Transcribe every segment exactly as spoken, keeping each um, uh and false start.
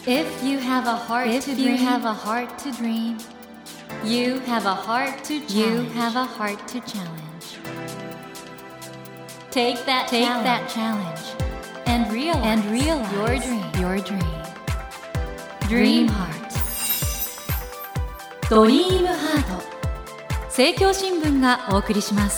If you have a heart to dream, you have a heart to dream. You have a heart to challenge. You have a heart to challenge. Take that Take challenge. that challenge and realize, and realize your dream. Your dream. Dream Heart. ドリームハート。政教新聞がお送りします。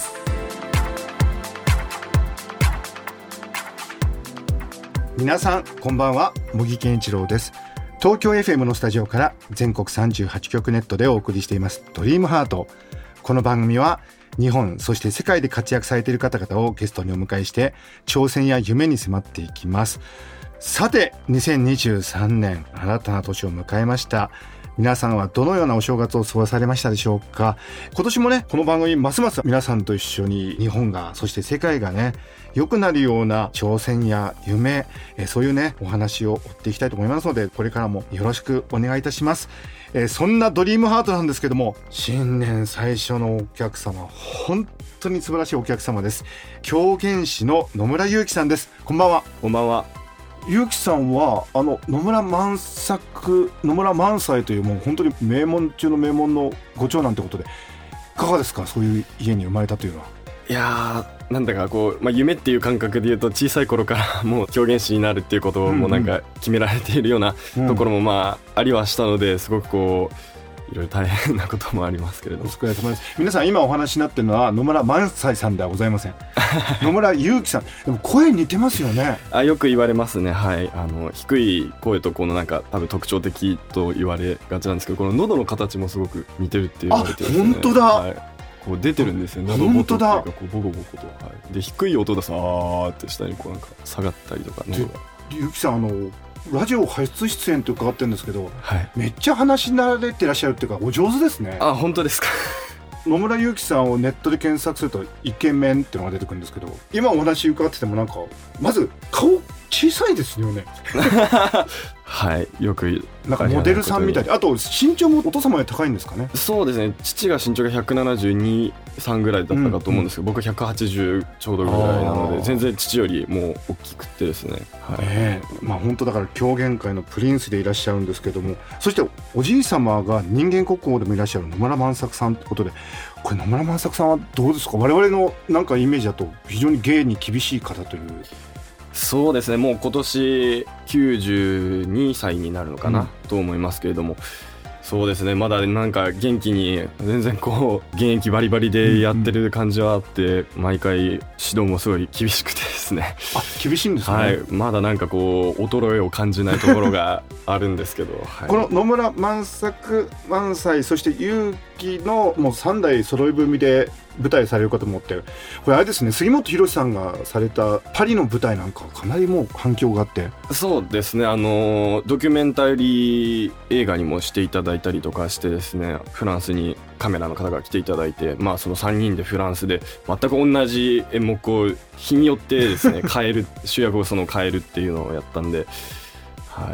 皆さんこんばんは、茂木健一郎です。東京 エフエム のスタジオから全国さんじゅうはちきょくネットでお送りしていますドリームハート。この番組は日本そして世界で活躍されている方々をゲストにお迎えして挑戦や夢に迫っていきます。さてにせんにじゅうさんねん新たな年を迎えました。皆さんはどのようなお正月を過ごされましたでしょうか。今年もねこの番組ますます皆さんと一緒に日本がそして世界がね良くなるような挑戦や夢、えそういうねお話を追っていきたいと思いますので、これからもよろしくお願いいたします。えー、そんなドリームハートなんですけども、新年最初のお客様本当に素晴らしいお客様です。狂言師の野村裕樹さんです。こんばんは。 こんばんは。 裕樹さんはあの野村万作野村萬斎というもう本当に名門中の名門のご長男ということで、いかがですか、そういう家に生まれたというのは。 いやーなんだかこう、まあ、夢っていう感覚でいうと小さい頃からもう狂言師になるっていうことをもうなんか決められているようなところもまあありはしたので、すごくこういろいろ大変なこともありますけれども。お疲れ様です。 皆さん今お話になっているのは野村萬斎さんではございません野村裕樹さん。でも声似てますよね。 あ、よく言われますね。はい、あの低い声とこのなんか多分特徴的と言われがちなんですけど、この喉の形もすごく似てるって言われてるんですね。 あ、本当だ、 はい、こう出てるんですよ。喉元っていうかこうボコボコと、はい、で低い音出すあーって下にこうなんか下がったりとか。 裕樹さんあのラジオ初出演って伺ってるんですけど、 はい、 めっちゃ話し慣れてらっしゃるっていうかお上手ですね。 あ、本当ですか野村裕樹さんをネットで検索するとイケメンっていうのが出てくるんですけど、今お話伺っててもなんかまず顔小さいですよねはい、よくなんかモデルさんみたいで、あと身長もお父様より高いんですかね。 そうですね、父が身長がひゃくななじゅうに、さんぐらいだったかと思うんですけど、うんうん、僕はひゃくはちじゅうちょうどぐらいなので全然父よりもう大きくってですね、はい、 えーまあ、本当だから狂言界のプリンスでいらっしゃるんですけども、そしておじい様が人間国宝でもいらっしゃる野村万作さんということで、これ野村万作さんはどうですか。我々のなんかイメージだと非常に芸に厳しい方という。 そうですね、もう今年きゅうじゅうにさいになるのかな、うん、と思いますけれども、そうですね、まだなんか元気に全然こう現役バリバリでやってる感じはあって、うんうん、毎回指導もすごい厳しくてですね。 あ、厳しいんですね。 はい、まだなんかこう衰えを感じないところがあるんですけど、はい、 この野村万作萬斎そして裕樹のもうさんだい揃い踏みで舞台されるかと思って、これあれですね、杉本博さんがされたパリの舞台なんかかなりもう反響があって。 そうですね、あのドキュメンタリー映画にもしていただいたりとかしてですね、フランスにカメラの方が来ていただいて、まあそのさんにんでフランスで全く同じ演目を日によってですね変える主役をその変えるっていうのをやったんで、はい、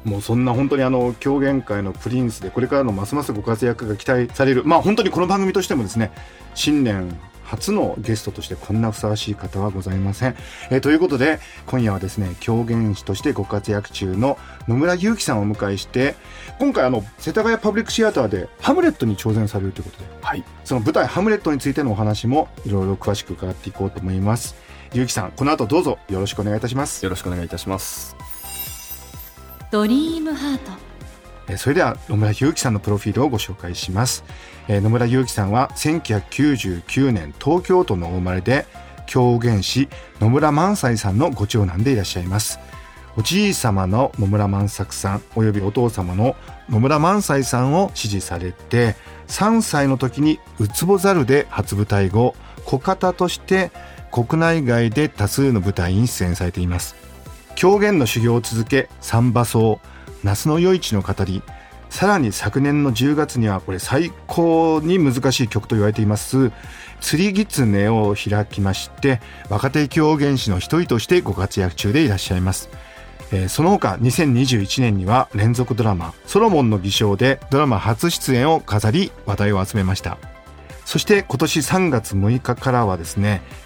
もうそんな本当にあの狂言界のプリンスでこれからのますますご活躍が期待される、まあ本当にこの番組としてもですね、新年初のゲストとしてこんなふさわしい方はございません。えー、ということで今夜はですね、狂言師としてご活躍中の野村裕樹さんをお迎えして、今回あの世田谷パブリックシアターでハムレットに挑戦されるということで、はい、その舞台ハムレットについてのお話もいろいろ詳しく伺っていこうと思います。裕樹さん、この後どうぞよろしくお願いいたします。 よろしくお願いいたします。 ドリームハート。 それでは野村裕樹さんのプロフィールをご紹介します。野村裕樹さんはせんきゅうひゃくきゅうじゅうきゅうねん東京都のお生まれで、狂言師野村萬斎さんのご長男でいらっしゃいます。おじい様の野村万作さんおよびお父様の野村萬斎さんを支持されて、さんさいの時にうつぼ猿で初舞台後、小方として国内外で多数の舞台に出演されています。狂言の修行を続け、三馬荘、那須の夜市の語り、さらに昨年のじゅうがつにはこれ最高に難しい曲と言われています釣り狐を開きまして、若手狂言師の一人としてご活躍中でいらっしゃいます。えー、その他にせんにじゅういちねんには連続ドラマソロモンの偽証でドラマ初出演を飾り話題を集めました。そして今年さんがつむいかからはですね、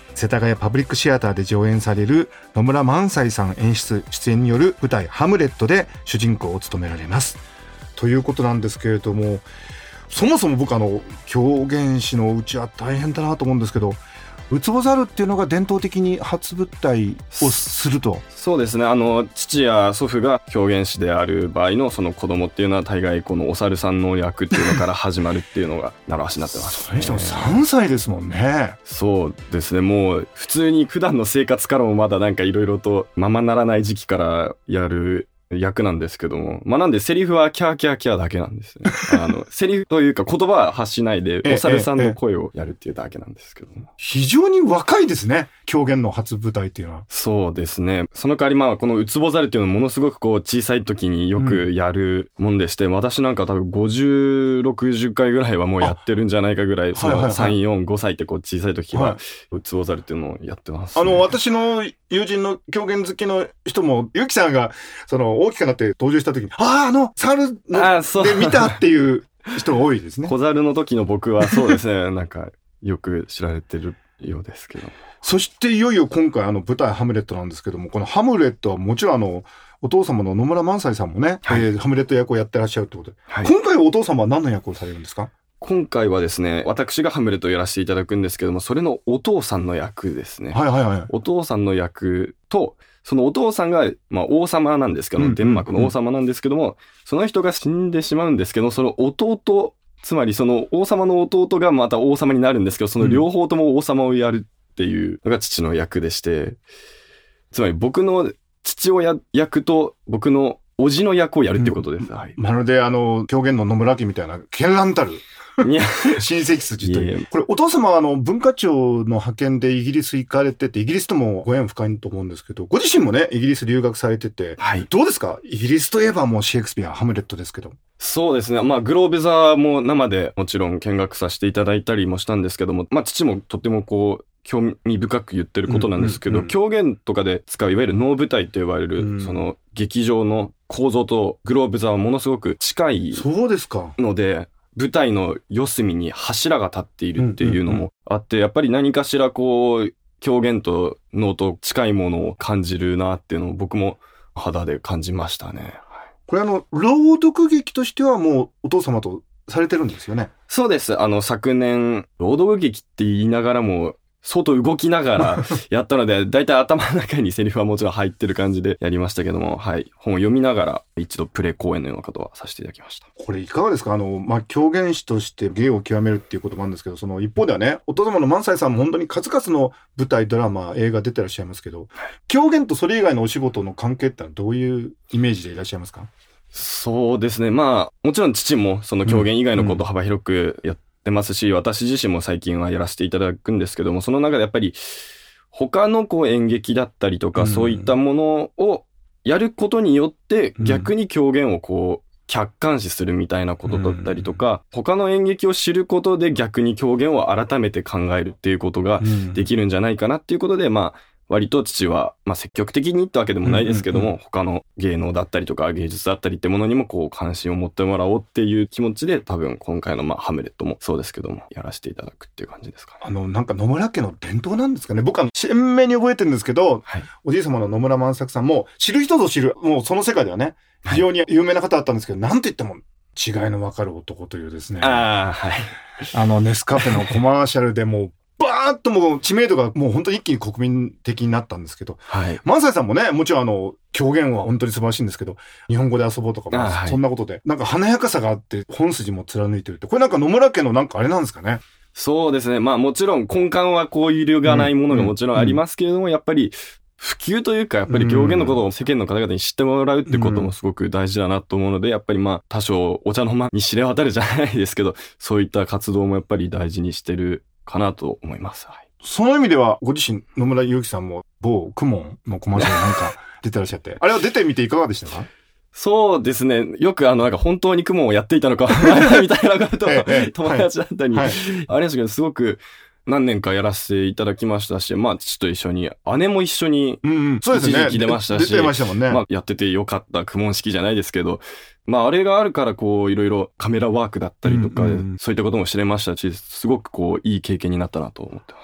世田谷パブリックシアターで上演される野村萬斎さん演出出演による舞台ハムレットで主人公を務められますということなんですけれども、そもそも僕あの狂言師のうちは大変だなと思うんですけど、ウツボザルっていうのが伝統的に初舞台をすると。 そうですね、あの父や祖父が狂言師である場合のその子供っていうのは大概このお猿さんの役っていうのから始まるっていうのが習わしになってます、ね、 それにしてもさんさいですもんね。 そうですね、もう普通に普段の生活からもまだなんかいろいろとままならない時期からやる役なんですけども、まあなんでセリフはキャーキャーキャーだけなんですね。あのセリフというか言葉は発しないでお猿さんの声をやるっていうだけなんですけども、 非常に若いですね、狂言の初舞台っていうのは。 そうですね、その代わりまあこのウツボザルっていうのはものすごくこう小さい時によくやるもんでして、うん、私なんか多分ごじゅう、ろくじゅっかいぐらいはもうやってるんじゃないかぐらい、そのさん、よん、ごさいってこう小さい時はウツボザルっていうのをやってます、ね、 あの私の友人の狂言好きの人もゆきさんがその大きくなって登場した時に、あああの猿ので見たっていう人が多いですね。 小猿の時の僕はそうですねなんかよく知られてるようですけど。 そしていよいよ今回あの舞台ハムレットなんですけども、このハムレットはもちろんあのお父様の野村萬斎さんもね、はい、えー、ハムレット役をやってらっしゃるってことで、はい、今回お父様は何の役をされるんですか？ 今回はですね、私がハムレットをやらせていただくんですけども、それのお父さんの役ですね。 はいはいはい。 お父さんの役と、そのお父さんが、まあ、王様なんですけど、うんうんうん、デンマークの王様なんですけども、その人が死んでしまうんですけど、その弟、つまりその王様の弟がまた王様になるんですけど、その両方とも王様をやるっていうのが父の役でして、つまり僕の父親役と僕の叔父の役をやるってことです。うん、はい。 まるであの狂言の野村家みたいな絢爛たる親戚筋という。これお父様はあの文化庁の派遣でイギリス行かれてて、イギリスともご縁深いと思うんですけど、ご自身もねイギリス留学されてて、はい、どうですか？イギリスといえばもうシェイクスピア、ハムレットですけど。 そうですね、まあグローブ座も生でもちろん見学させていただいたりもしたんですけども、まあ父もとてもこう興味深く言ってることなんですけど、うんうんうん、狂言とかで使ういわゆる能舞台と呼ばれる、うん、その劇場の構造とグローブ座はものすごく近いそうですかので、舞台の四隅に柱が立っているっていうのもあって、やっぱり何かしらこう狂言と能と近いものを感じるなっていうのを僕も肌で感じましたね。 これあの朗読劇としてはもうお父様とされてるんですよね？ そうです。あの昨年朗読劇って言いながらも相当動きながらやったので、だいたい頭の中にセリフはもちろん入ってる感じでやりましたけども、はい、本を読みながら一度プレ公演のようなことはさせていただきました。 これいかがですか？あの、まあ、狂言師として芸を極めるっていうこともあるんですけど、その一方ではね、お父様の萬斎さんも本当に数々の舞台、ドラマ、映画出てらっしゃいますけど、狂言とそれ以外のお仕事の関係ってのはどういうイメージでいらっしゃいますか？ そうですね、まあもちろん父もその狂言以外のことを幅広くやってますし、うんうん、私自身も最近はやらせていただくんですけども、その中でやっぱり他のこう演劇だったりとか、うん、そういったものをやることによって逆に狂言をこう客観視するみたいなことだったりとか、うん、他の演劇を知ることで逆に狂言を改めて考えるっていうことができるんじゃないかなっていうことで、まあ割と父は、まあ、積極的にってわけでもないですけども、うんうんうん、他の芸能だったりとか芸術だったりってものにもこう関心を持ってもらおうっていう気持ちで、多分今回のまあハムレットもそうですけどもやらせていただくっていう感じですかね。 あのなんか野村家の伝統なんですかね。僕は鮮明に覚えてるんですけど、はい、おじい様の野村万作さんも知る人ぞ知る、もうその世界ではね非常に有名な方だったんですけど、はい、なんと言っても違いの分かる男というですね、 あ、はい、 あのネスカフェのコマーシャルでもうバーッともう知名度がもう本当に一気に国民的になったんですけど、はい、萬斎さんもね、もちろんあの狂言は本当に素晴らしいんですけど、日本語で遊ぼうとかも、はい、そんなことでなんか華やかさがあって本筋も貫いてるって、これなんか野村家のなんかあれなんですかね。 そうですね、まあもちろん根幹はこう揺るがないものがもちろんありますけれども、うんうんうん、やっぱり普及というかやっぱり狂言のことを世間の方々に知ってもらうってこともすごく大事だなと思うので、やっぱりまあ多少お茶の間に知れ渡るじゃないですけど、そういった活動もやっぱり大事にしてるかなと思います。はい、 その意味ではご自身野村祐希さんも某クモンのコマーシャルなんか出てらっしゃってあれは出てみていかがでしたか？ そうですね、よくあのなんか本当にクモンをやっていたのかみたいなことを友達だったり、はいはい、あれですけど、すごく何年かやらせていただきましたし、まあ父と一緒に、姉も一緒に一時期出ましたし、 出てましたもんね。 まあやっててよかったクモン式じゃないですけど、まああれがあるからこういろいろカメラワークだったりとか、うんうん、そういったことも知れましたし、すごくこういい経験になったなと思ってます。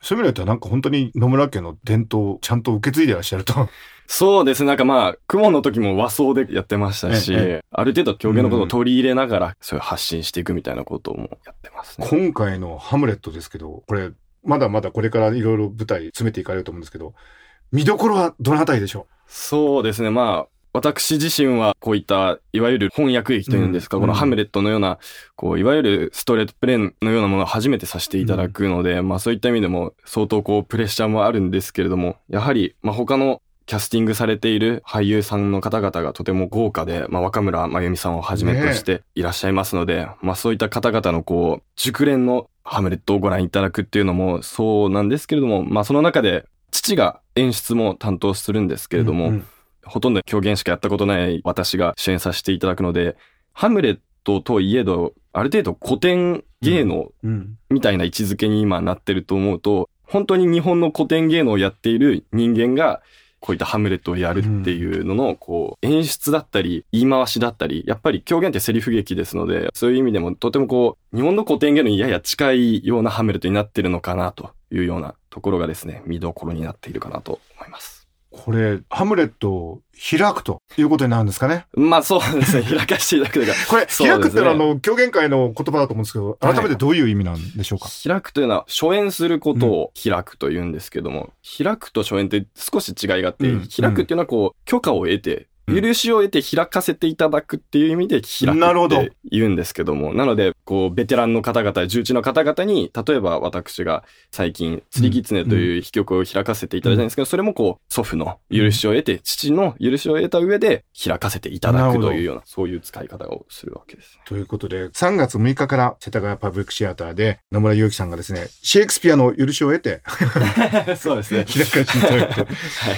そういう意味ではなんか本当に野村家の伝統をちゃんと受け継いでらっしゃると。 そうですね。なんかまあ、クモンの時も和装でやってましたし、 ええ、 ある程度狂言のことを取り入れながら、そういう発信していくみたいなこともやってますね。 今回のハムレットですけど、これ、まだまだこれからいろいろ舞台詰めていかれると思うんですけど、見どころはどのあたりでしょう？ そうですね。まあ、私自身はこういったいわゆる翻訳劇というんですか、うん、このハムレットのようなこういわゆるストレートプレイのようなものを初めてさせていただくので、うん、まあそういった意味でも相当こうプレッシャーもあるんですけれども、やはりまあ他のキャスティングされている俳優さんの方々がとても豪華で、まあ若村真由美さんをはじめとしていらっしゃいますので、ね、まあそういった方々のこう熟練のハムレットをご覧いただくっていうのもそうなんですけれども、まあその中で父が演出も担当するんですけれども、うんうん、ほとんど狂言しかやったことない私が主演させていただくので、ハムレットといえどある程度古典芸能みたいな位置づけに今なってると思うと、本当に日本の古典芸能をやっている人間がこういったハムレットをやるっていうののこう演出だったり言い回しだったり、やっぱり狂言ってセリフ劇ですので、そういう意味でもとてもこう日本の古典芸能にやや近いようなハムレットになってるのかなというようなところがですね、見どころになっているかなと思います。 これハムレットを開くということになるんですかね。 まあそうですね、開かせていただくというかこれ、ね、開くってのはあの狂言界の言葉だと思うんですけど、改めてどういう意味なんでしょうか。 はい、開くというのは初演することを開くというんですけども、うん、開くと初演って少し違いがあって、うん、開くっていうのはこう許可を得て許しを得て開かせていただくっていう意味で開くって言うんですけども、なのでこうベテランの方々、重鎮の方々に、例えば私が最近釣り狐という戯曲を開かせていただいたんですけど、それもこう祖父の許しを得て、父の許しを得た上で開かせていただくというような、そういう使い方をするわけですね。 ということでさんがつむいかから世田谷パブリックシアターで野村祐希さんがですね、シェイクスピアの許しを得てそうですね、 開かせていただくと、はい、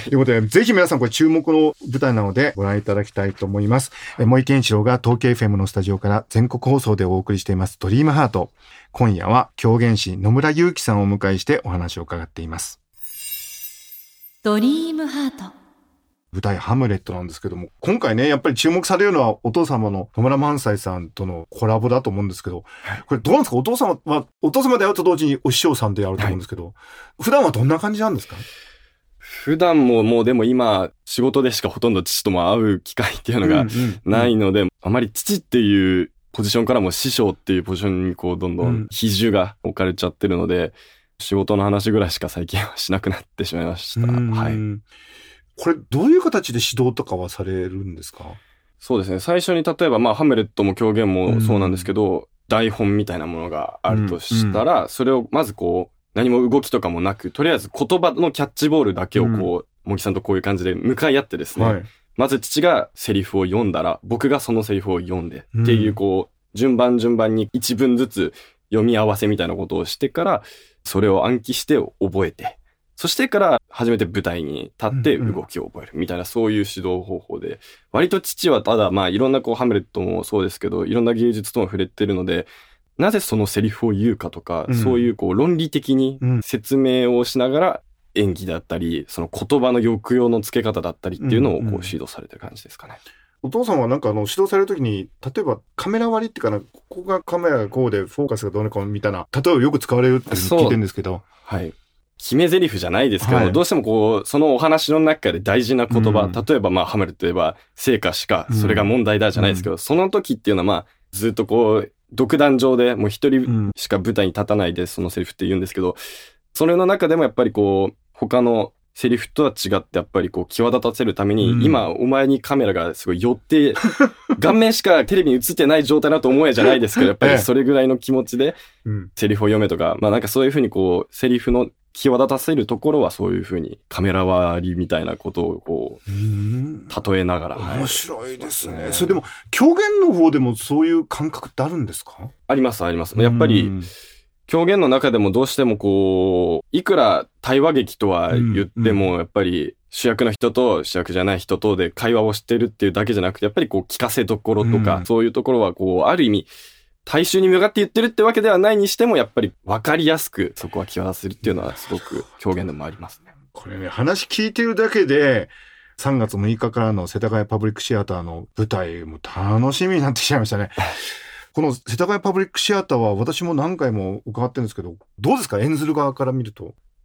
ということで、ぜひ皆さんこれ注目の舞台なのでご覧いただきたいと思います。森健一郎が東京 エフエム のスタジオから全国放送でお送りしていますドリームハート。今夜は狂言師野村祐希さんをお迎えしてお話を伺っています。 ドリームハート。 舞台ハムレットなんですけども、今回ねやっぱり注目されるのはお父様の野村萬斎さんとのコラボだと思うんですけど、これどうなんですか。お父様はお父様であると同時にお師匠さんであると思うんですけど、はい、普段はどんな感じなんですか。 普段ももうでも今仕事でしかほとんど父とも会う機会っていうのがないので、うんうんうん、あまり父っていうポジションからも師匠っていうポジションにこうどんどん比重が置かれちゃってるので、うん、仕事の話ぐらいしか最近はしなくなってしまいました。はい。 これどういう形で指導とかはされるんですか。 そうですね。最初に例えばまあハムレットも狂言もそうなんですけど、うん、台本みたいなものがあるとしたら、うんうん、それをまずこう何も動きとかもなく、とりあえず言葉のキャッチボールだけをこう、茂木さんとこういう感じで向かい合ってですね、はい、まず父がセリフを読んだら僕がそのセリフを読んで、うん、っていうこう順番順番に一文ずつ読み合わせみたいなことをしてから、それを暗記して覚えて、そしてから初めて舞台に立って動きを覚えるみたいな、そういう指導方法で、割と父はただまあいろんなこうハムレットもそうですけど、いろんな芸術とも触れてるので、なぜそのセリフを言うかとか、うん、そういうこう論理的に説明をしながら演技だったり、その言葉の抑揚の付け方だったりっていうのをこう指導されてる感じですかね。 お父さんはなんかあの指導されるときに、例えばカメラ割りっていうかな、ここがカメラがこうでフォーカスがどうのこうみたいな、例えばよく使われるって聞いてるんですけど。 はい。決め台詞じゃないですけど、はい、どうしてもこう、そのお話の中で大事な言葉、うん、例えばまあハムレットといえば、生か死か、それが問題だじゃないですけど、うん、その時っていうのはまあ、ずっとこう、独壇場でもう一人しか舞台に立たないでそのセリフって言うんですけど、それの中でもやっぱりこう他のセリフとは違ってやっぱりこう際立たせるために、うん、今お前にカメラがすごい寄って顔面しかテレビに映ってない状態だと思えじゃないですけど、やっぱりそれぐらいの気持ちでセリフを読めとか、まあなんかそういうふうにこうセリフの際立たせるところはそういうふうにカメラ割りみたいなことをこう例えながら、 はい、面白いですね。それでも狂言の方でもそういう感覚ってあるんですか？ ありますあります。やっぱり狂言の中でもどうしてもこういくら対話劇とは言っても、やっぱり主役の人と主役じゃない人とで会話をしてるっていうだけじゃなくて、やっぱりこう聞かせどころとか、うん、そういうところはこうある意味大衆に向かって言ってるってわけではないにしても、やっぱり分かりやすくそこは際立つるっていうのはすごく狂言でもありますね。 これね、話聞いてるだけでさんがつむいかからの世田谷パブリックシアターの舞台も楽しみになってきちゃいましたね。この世田谷パブリックシアターは私も何回も伺ってるんですけど、どうですか、演ずる側から見ると。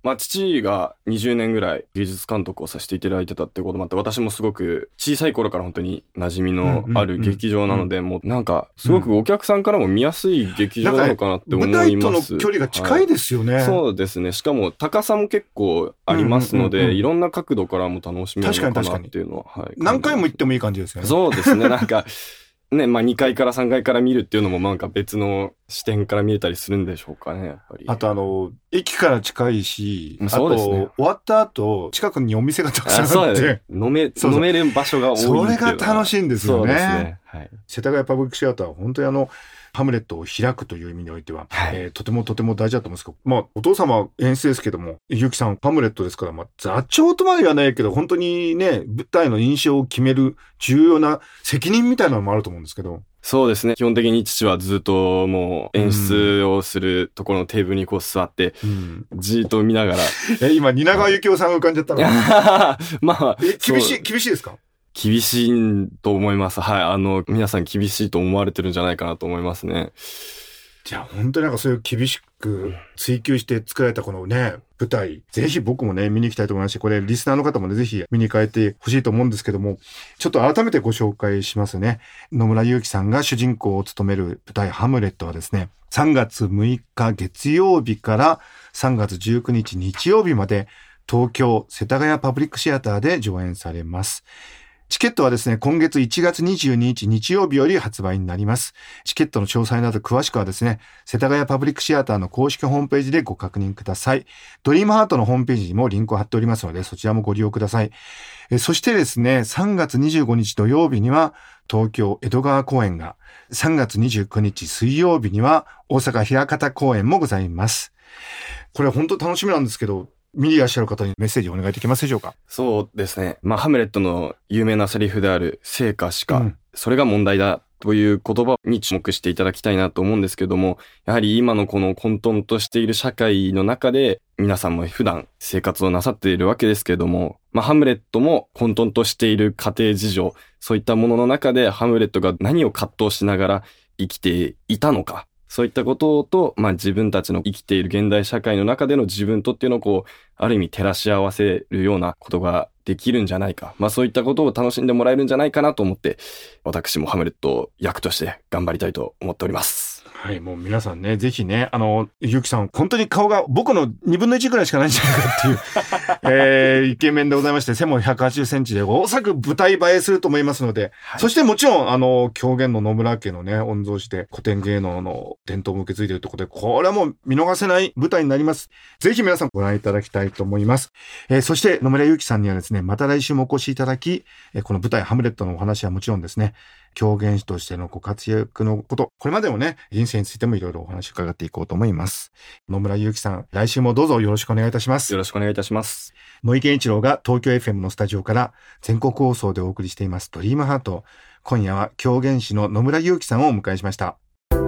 まあ父がにじゅうねんぐらい芸術監督をさせていただいてたってこともあって、私もすごく小さい頃から本当に馴染みのある劇場なので、もうなんかすごくお客さんからも見やすい劇場なのかなって思います。 舞台との距離が近いですよね、はい、 そうですね。しかも高さも結構ありますので、うんうんうんうん、いろんな角度からも楽しめるのかなっていうのは、はい、 何回も行ってもいい感じですよね。 そうですね。なんかね、まあにかいからさんがいから見るっていうのもなんか別の視点から見れたりするんでしょうかね、やっぱり。 あとあの、駅から近いし、 そうですね。 あと終わった後、近くにお店がたくさんあって。あ、そうですね。 飲め、そうそう飲める場所が多いっていうのは。 それが楽しいんですよね。 そうですね。はい。 世田谷パブリックシアターは本当にあの、ハムレットを開くという意味においては、はい、えー、とてもとても大事だと思うんですけど、まあ、お父様は演出ですけども、ゆきさん、ハムレットですから、まあ、座長とまで言わないけど、本当にね、舞台の印象を決める重要な責任みたいなのもあると思うんですけど。 そうですね。基本的に父はずっともう演出をするところのテーブルにこう座って、うん、じーっと見ながら。 え、今、蜷川幸雄さんが浮かんじゃったのまあ。 え、厳しい、厳しいですか？ 厳しいと思います。はい。あの、皆さん厳しいと思われてるんじゃないかなと思いますね。 じゃあ本当になんかそういう厳しく追求して作られたこのね、舞台、ぜひ僕もね、見に行きたいと思いますし、これリスナーの方もね、ぜひ見に帰ってほしいと思うんですけども、ちょっと改めてご紹介しますね。野村祐希さんが主人公を務める舞台ハムレットはですね、さんがつむいか月曜日からさんがつじゅうくにち日曜日まで東京世田谷パブリックシアターで上演されます。チケットはですね、今月いちがつにじゅうににち日曜日より発売になります。チケットの詳細など詳しくはですね、世田谷パブリックシアターの公式ホームページでご確認ください。ドリームハートのホームページにもリンクを貼っておりますので、そちらもご利用ください。えそしてですね、さんがつにじゅうごにち土曜日には東京江戸川公演が、さんがつにじゅうくにち水曜日には大阪枚方公演もございます。これは本当楽しみなんですけど、見にいらっしゃる方にメッセージお願いできますでしょうか？ そうですね。まあ、ハムレットの有名なセリフである成果しか、うん、それが問題だという言葉に注目していただきたいなと思うんですけども、やはり今のこの混沌としている社会の中で、皆さんも普段生活をなさっているわけですけれども、まあ、ハムレットも混沌としている家庭事情、そういったものの中でハムレットが何を葛藤しながら生きていたのか、そういったことと、まあ自分たちの生きている現代社会の中での自分とっていうのをこう、ある意味照らし合わせるようなことができるんじゃないか。まあそういったことを楽しんでもらえるんじゃないかなと思って、私もハムレット役として頑張りたいと思っております。 はい、もう皆さんね、ぜひね、あの、ゆきさん、本当に顔が僕のにぶんのいちくらいしかないんじゃないかっていう、えー、イケメンでございまして、背もひゃくはちじゅっセンチで、おそらく舞台映えすると思いますので、はい、そしてもちろん、あの、狂言の野村家のね、御曹司で古典芸能の伝統も受け継いでいるということで、これはもう見逃せない舞台になります。ぜひ皆さんご覧いただきたいと思います。えー、そして野村ゆきさんにはですね、また来週もお越しいただき、えー、この舞台ハムレットのお話はもちろんですね、狂言師としてのご活躍のこと、これまでもね、人生についてもいろいろお話を伺っていこうと思います。野村祐希さん、来週もどうぞよろしくお願いいたします。 よろしくお願いいたします。 野井健一郎が東京 エフエム のスタジオから全国放送でお送りしていますドリームハート。今夜は狂言師の野村祐希さんをお迎えしました。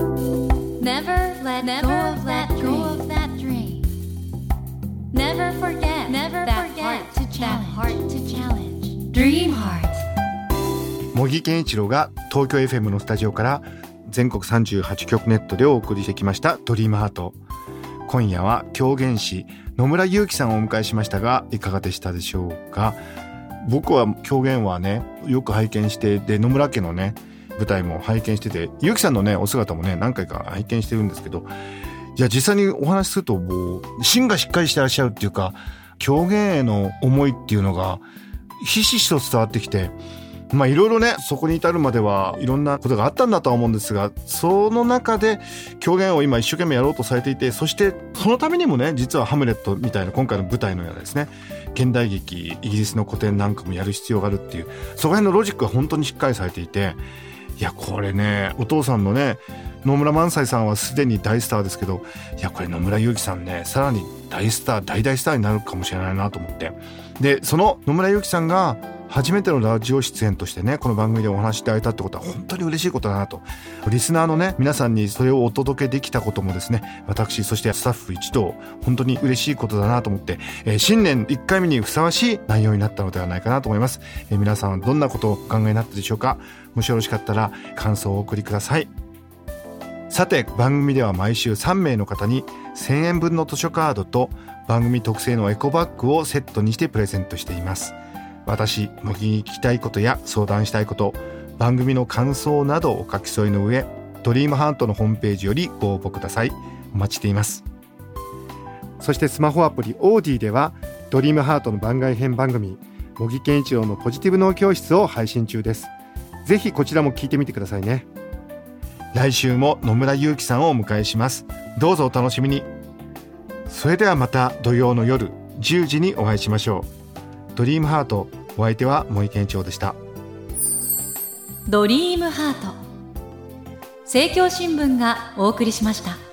Never let go of that dream. Never forget that heart to challenge. Dream Heart。 茂木健一郎が東京 エフエム のスタジオから全国さんじゅうはちきょくネットでお送りしてきましたドリームハート。今夜は狂言師野村祐希さんをお迎えしましたが、いかがでしたでしょうか？僕は狂言はね、よく拝見して、で野村家のね舞台も拝見してて、祐希さんのねお姿もね何回か拝見してるんですけど、いや実際にお話しするともう芯がしっかりしてらっしゃるっていうか、狂言への思いっていうのがひしひしと伝わってきて、まあいろいろね、そこに至るまではいろんなことがあったんだとは思うんですが、その中で狂言を今一生懸命やろうとされていて、そしてそのためにもね、実はハムレットみたいな今回の舞台のようなですね、現代劇、イギリスの古典なんかもやる必要があるっていう、そこら辺のロジックが本当にしっかりされていて、いやこれね、お父さんのね野村萬斎さんはすでに大スターですけど、いやこれ野村祐希さんね、さらに大スター大大スターになるかもしれないなと思って、でその野村祐希さんが初めてのラジオ出演としてね、この番組でお話しいただいたってことは本当に嬉しいことだなと、リスナーのね皆さんにそれをお届けできたこともですね、私そしてスタッフ一同本当に嬉しいことだなと思って、えー、新年いっかいめにふさわしい内容になったのではないかなと思います。えー、皆さんはどんなことをお考えになったでしょうか？もしよろしかったら感想をお送りください。さて番組では毎週さんめいの方にせんえんぶんの図書カードと番組特製のエコバッグをセットにしてプレゼントしています。私、茂木に聞きたいことや相談したいこと、番組の感想などをお書き添えの上、ドリームハートのホームページよりご応募ください。お待ちしています。そしてスマホアプリオーディではドリームハートの番外編番組茂木健一郎のポジティブ脳教室を配信中です。ぜひこちらも聞いてみてくださいね。来週も野村祐樹さんをお迎えします。どうぞお楽しみに。それではまた土曜の夜じゅうじにお会いしましょう。ドリームハート、お相手は茂木健一郎でした。 ドリームハート、政教新聞がお送りしました。